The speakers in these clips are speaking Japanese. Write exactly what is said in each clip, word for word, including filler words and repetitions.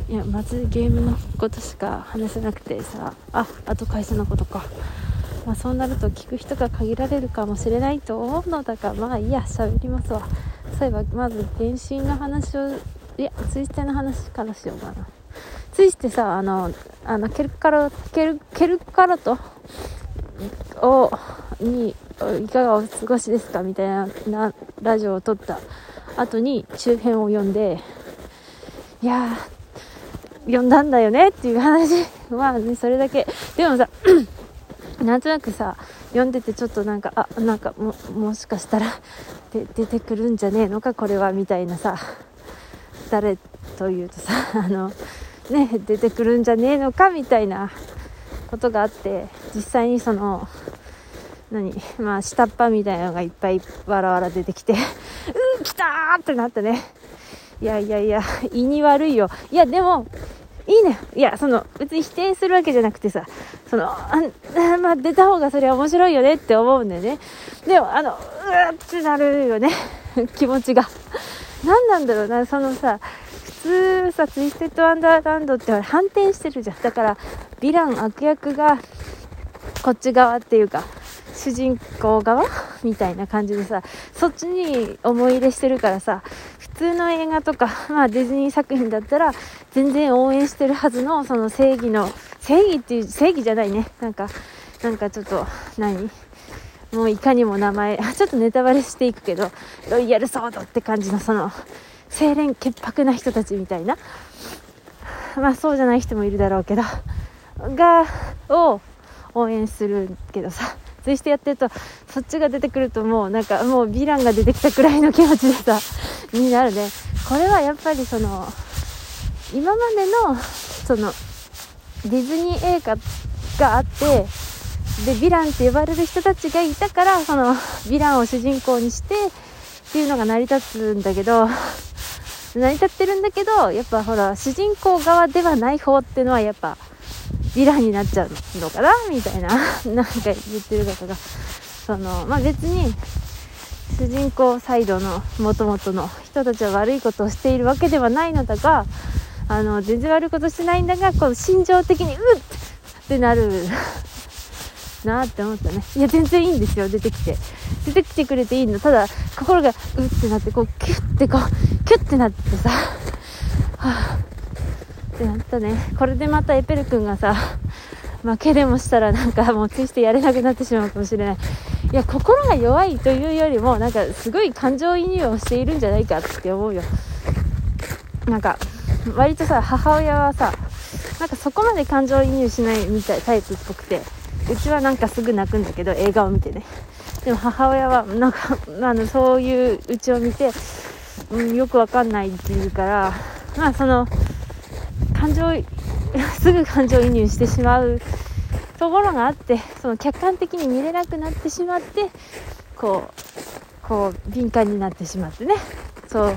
いやまずゲームのことしか話せなくてさ、ああと会社のことか、まあ、そうなると聞く人が限られるかもしれないと思うのだが、まあいいや、喋りますわ。そういえばまず原神の話を、いやツイステの話からしようかな。ツイステさ、あのあのケルカロケルケルカロトをにいかがお過ごしですかみたい な, なラジオを撮った後に中編を読んで、いやー読んだんだよねっていう話まあね、それだけでもさなんとなくさ読んでてちょっとなんかあなんか も, もしかしたらで出てくるんじゃねえのかこれはみたいなさ、誰というとさあのね出てくるんじゃねえのかみたいなことがあって、実際にその何まあ下っ端みたいなのがいっぱいわらわら出てきてうー来たーってなってね、いやいやいや胃に悪いよ。いやでもいいね。いやその別に否定するわけじゃなくてさ、そのあまあ出た方がそれは面白いよねって思うんだよね。でもあのうーってなるよね気持ちが何なんだろうな。そのさ普通さツイステッドアンダーランドって反転してるじゃん。だからヴィラン悪役がこっち側っていうか主人公側みたいな感じでさ、そっちに思い入れしてるからさ、普通の映画とか、まあ、ディズニー作品だったら全然応援してるはずのその正義の正義っていう正義じゃないね、なんかなんかちょっと何もういかにも名前ちょっとネタバレしていくけどロイヤルソードって感じのその清廉潔白な人たちみたいな、まあそうじゃない人もいるだろうけどがを応援するけどさ、ツイステやってるとそっちが出てくるともうなんかもうヴィランが出てきたくらいの気持ちでさになるね。これはやっぱりその今までのそのディズニー映画があって、でヴィランって呼ばれる人たちがいたから、そのヴィランを主人公にしてっていうのが成り立つんだけど成り立ってるんだけどやっぱほら主人公側ではない方っていうのはやっぱヴィランになっちゃうのかなみたいななんか言ってる方が、そのまあ別に主人公サイドの元々の人たちは悪いことをしているわけではないのだが、あの全然悪いことしてないんだが、こう心情的にうっってなるなって思ったね。いや全然いいんですよ、出てきて出てきてくれていいの。ただ心がうってなってこうキュッてこうキュッてなってさ、はぁってなったね。これでまたエペル君がさ負けでもしたらなんかもうついしてやれなくなってしまうかもしれない。いや心が弱いというよりもなんかすごい感情移入をしているんじゃないかって思うよ。なんか割とさ母親はさなんかそこまで感情移入しないみたいタイプっぽくて、うちはなんかすぐ泣くんだけど映画を見てね。でも母親はなんかあのそういううちを見て、うん、よくわかんないっていうから、まあその感情すぐ感情移入してしまうところがあって、その客観的に見れなくなってしまって、こうこう敏感になってしまってね、そう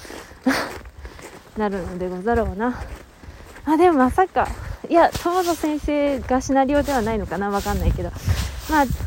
なるのでござろうな。あでもまさかいや友野先生がシナリオではないのかな、わかんないけど、まあね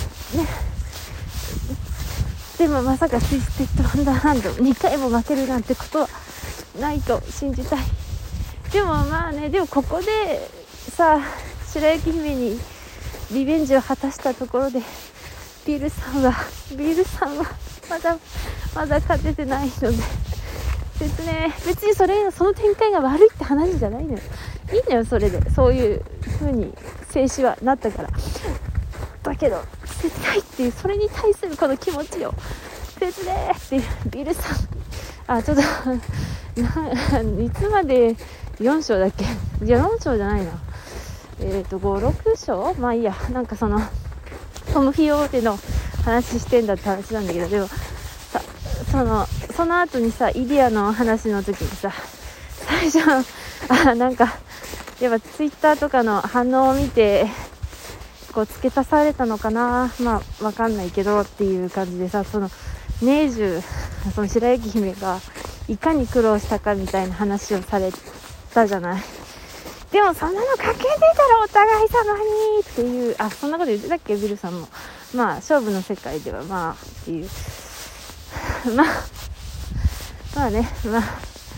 でもまさかツイステッドアンダーランドにかいも負けるなんてことはないと信じたい。でもまあね、でもここでさ白雪姫にリベンジを果たしたところでビルさんはビルさんはまだまだ勝ててないので、別ね別にそれその展開が悪いって話じゃないのよ。いいのよそれで、そういう風に静止はなったから。だけど切ないっていう、それに対するこの気持ちを切ねーっていうビルさん、あちょっといつまでよん章だっけ、いやよん章じゃないな、えっとご、ろく章、まあいいや、なんかそのトム・フィオーテの話してんだって話なんだけど、でもさそのその後にさイディアの話の時にさ最初あなんかやっぱツイッターとかの反応を見てこう付け足されたのかな、まあわかんないけどっていう感じでさ、そのネージュその白雪姫がいかに苦労したかみたいな話をされたじゃない。でもそんなの関係ねえだろお互い様にっていう、あそんなこと言ってたっけビルさんも。まあ勝負の世界ではまあっていうまあまあね、まあ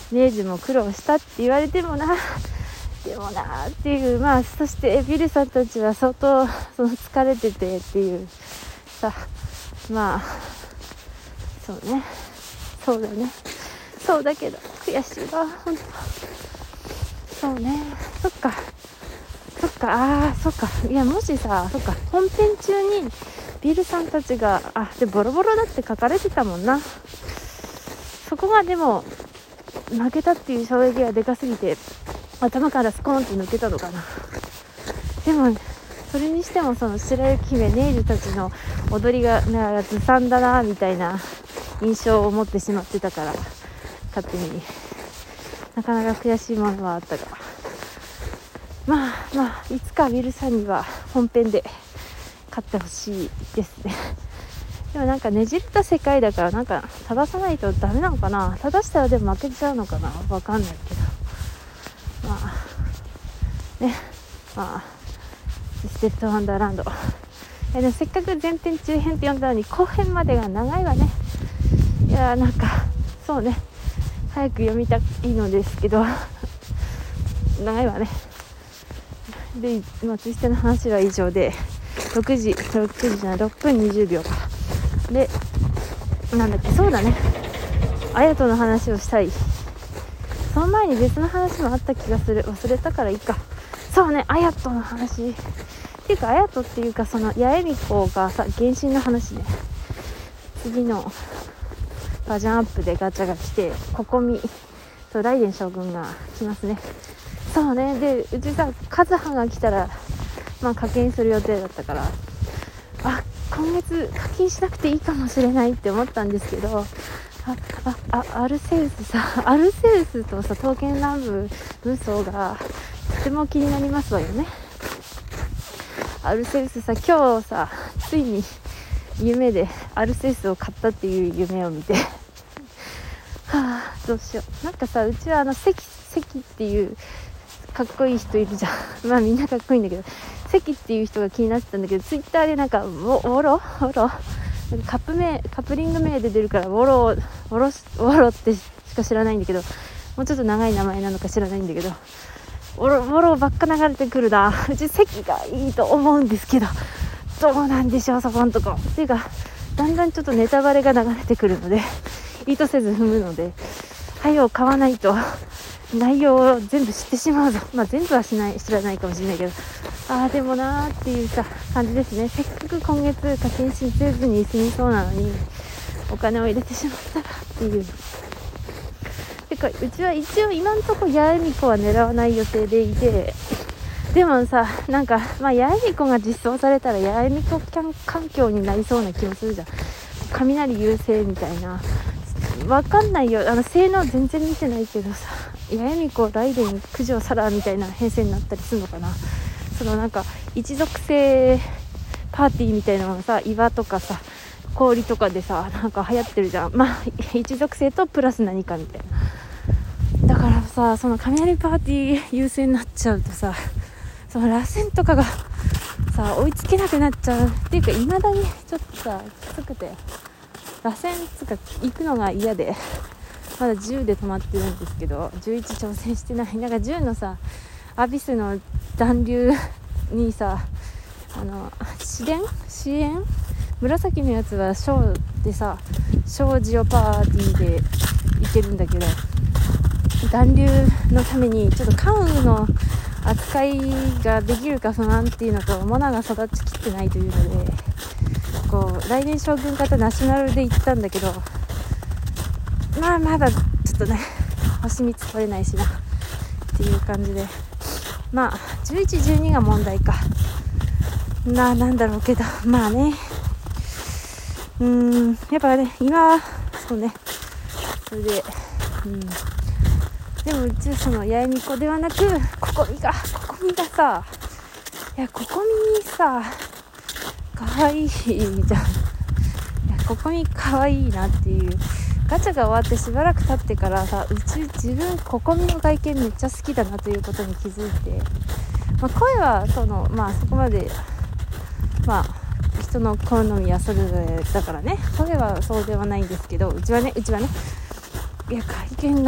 ネイジも苦労したって言われてもなでもなっていう、まあそしてビルさんたちは相当その疲れててっていうさ、まあそうねそうだねそうだけど悔しいわ本当。そうねそっかそっかあーそっかいやもしさそっか本編中にビルさんたちがあでボロボロだって書かれてたもんな。そこがでも負けたっていう衝撃がでかすぎて頭からスコーンと抜けたのかな。でもそれにしてもその白雪姫ネイルたちの踊りがなんかずさんだなみたいな印象を持ってしまってたから勝手になかなか悔しいものはあったが、まあまあいつかウィルさんには本編で勝ってほしいですね。でもなんかねじった世界だからなんか正さないとダメなのかな。正したらでも負けちゃうのかなわかんないけど、まあねまあステップワンダーランドでもせっかく前編中編って読んだのに後編までが長いわね。いやなんかそうね早く読みたいのですけど長いわね。で、まあ、ツイステの話は以上でろくじろくじじゃないろっぷんにじゅうびょうかでなんだっけそうだねあやとの話をしたい。その前に別の話もあった気がする忘れたからいいか。そうねあやとの話っていうかあやとっていうかその八重美子がさ原神の話ね。次のバージョンアップでガチャが来てここみとライデン将軍が来ますね。そうねでうちさカズハが来たらまあ課金する予定だったからあ今月課金しなくていいかもしれないって思ったんですけどあああアルセウスさアルセウスとさ刀剣乱舞武装がとても気になりますわよね。アルセウスさ今日さついに夢でアルセウスを買ったっていう夢を見てはあどうしよう。なんかさうちはあの関関っていうかっこいい人いるじゃんまあみんなかっこいいんだけど関っていう人が気になってたんだけどツイッターでなんかウォウォロウォロなんかカップ名カップリング名で出るからウォロウォロウォロってしか知らないんだけどもうちょっと長い名前なのか知らないんだけどウォロウォロばっか流れてくるな。うち関がいいと思うんですけどどうなんでしょうそこんとこっていうかだんだんちょっとネタバレが流れてくるので意図せず踏むのではよ買わないと内容を全部知ってしまうぞ。まあ全部はしない知らないかもしれないけどあーでもなーっていうさ感じですね。せっかく今月課金しせずに済みそうなのにお金を入れてしまったらっていう。てかうちは一応今んとこ八重美子は狙わない予定でいてでもさなんかまあ八重美子が実装されたら八重美子環境になりそうな気もするじゃん。雷優勢みたいなわかんないよあの性能全然見てないけどさ八重美子ライデン九条サラみたいな編成になったりするのかな。そのなんか一族性パーティーみたいなのがさ岩とかさ氷とかでさなんか流行ってるじゃん。まあ一族性とプラス何かみたいな。だからさその雷パーティー優勢になっちゃうとさその螺旋とかがさ追いつけなくなっちゃうっていうか未だにちょっとさきつくて螺旋つか行くのが嫌でまだじゅうで止まってるんですけどじゅういち挑戦してない。なんかじゅうのさアビスの暖流にさあの支援支援紫のやつはショーでさショージオパーティーで行けるんだけど暖流のためにちょっと関羽の扱いができるか不安っていうのとモナが育ちきってないというのでこう来年将軍型ナショナルで行ったんだけどまあまだちょっとね星みつ取れないしなっていう感じでまあじゅういち、じゅうにが問題かななんだろうけどまあねうーんやっぱね今そうねそれでうんでもうちはその八重美子ではなくここみがここみがさいやここみさかわいいじゃん。いやここみかわいいなっていうガチャが終わってしばらく経ってからさうち自分ここみの外見めっちゃ好きだなということに気づいて、まあ、声はそのまあそこまでまあ人の好みはそれぞれだからね声はそうではないんですけどうちはねうちはねいや外見が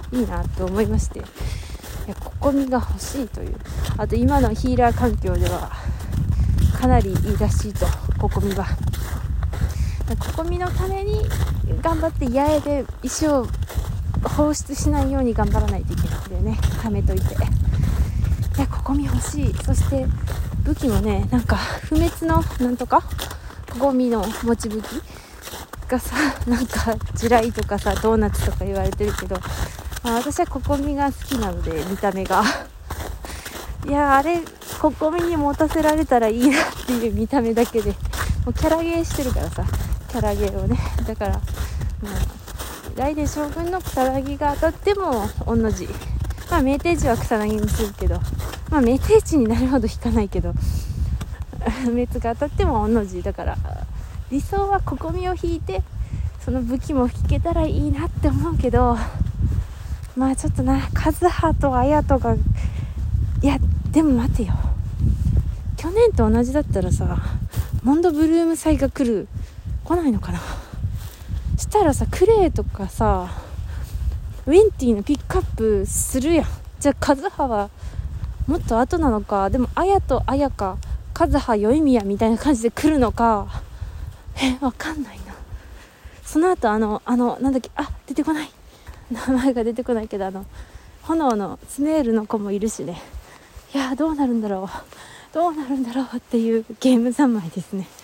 いいなと思いまして、いやココミが欲しいという、あと今のヒーラー環境ではかなりいいらしいと、ココミはココミのために頑張って八重で石を放出しないように頑張らないといけないんだよね。貯めといて、いやココミ欲しい。そして武器もね、なんか不滅のなんとかココミの持ち武器がさ、なんか地雷とかさドーナツとか言われてるけど、まあ、私はココミが好きなので、見た目がいやあれココミに持たせられたらいいなっていう見た目だけで、もうキャラゲーしてるからさ、キャラゲーをね、だからもうライデン将軍の草薙が当たっても同じ、まあ酩酊値は草薙にするけど、まあ酩酊値になるほど引かないけど滅が当たっても同じだから、理想はココミを引いてその武器も引けたらいいなって思うけど、まあちょっとな、カズハとアヤとが、いやでも待てよ、去年と同じだったらさ、モンドブルーム祭が来る来ないのかな。したらさ、クレイとかさウェンティのピックアップするやん。じゃあカズハはもっと後なのか、でもアヤとアヤかカズハヨイミヤみたいな感じで来るのか、えわかんないな。その後あのあのなんだっけ、あ出てこない、名前が出てこないけど、あの炎のスネールの子もいるしね。いやどうなるんだろうどうなるんだろうっていうゲーム三昧ですね。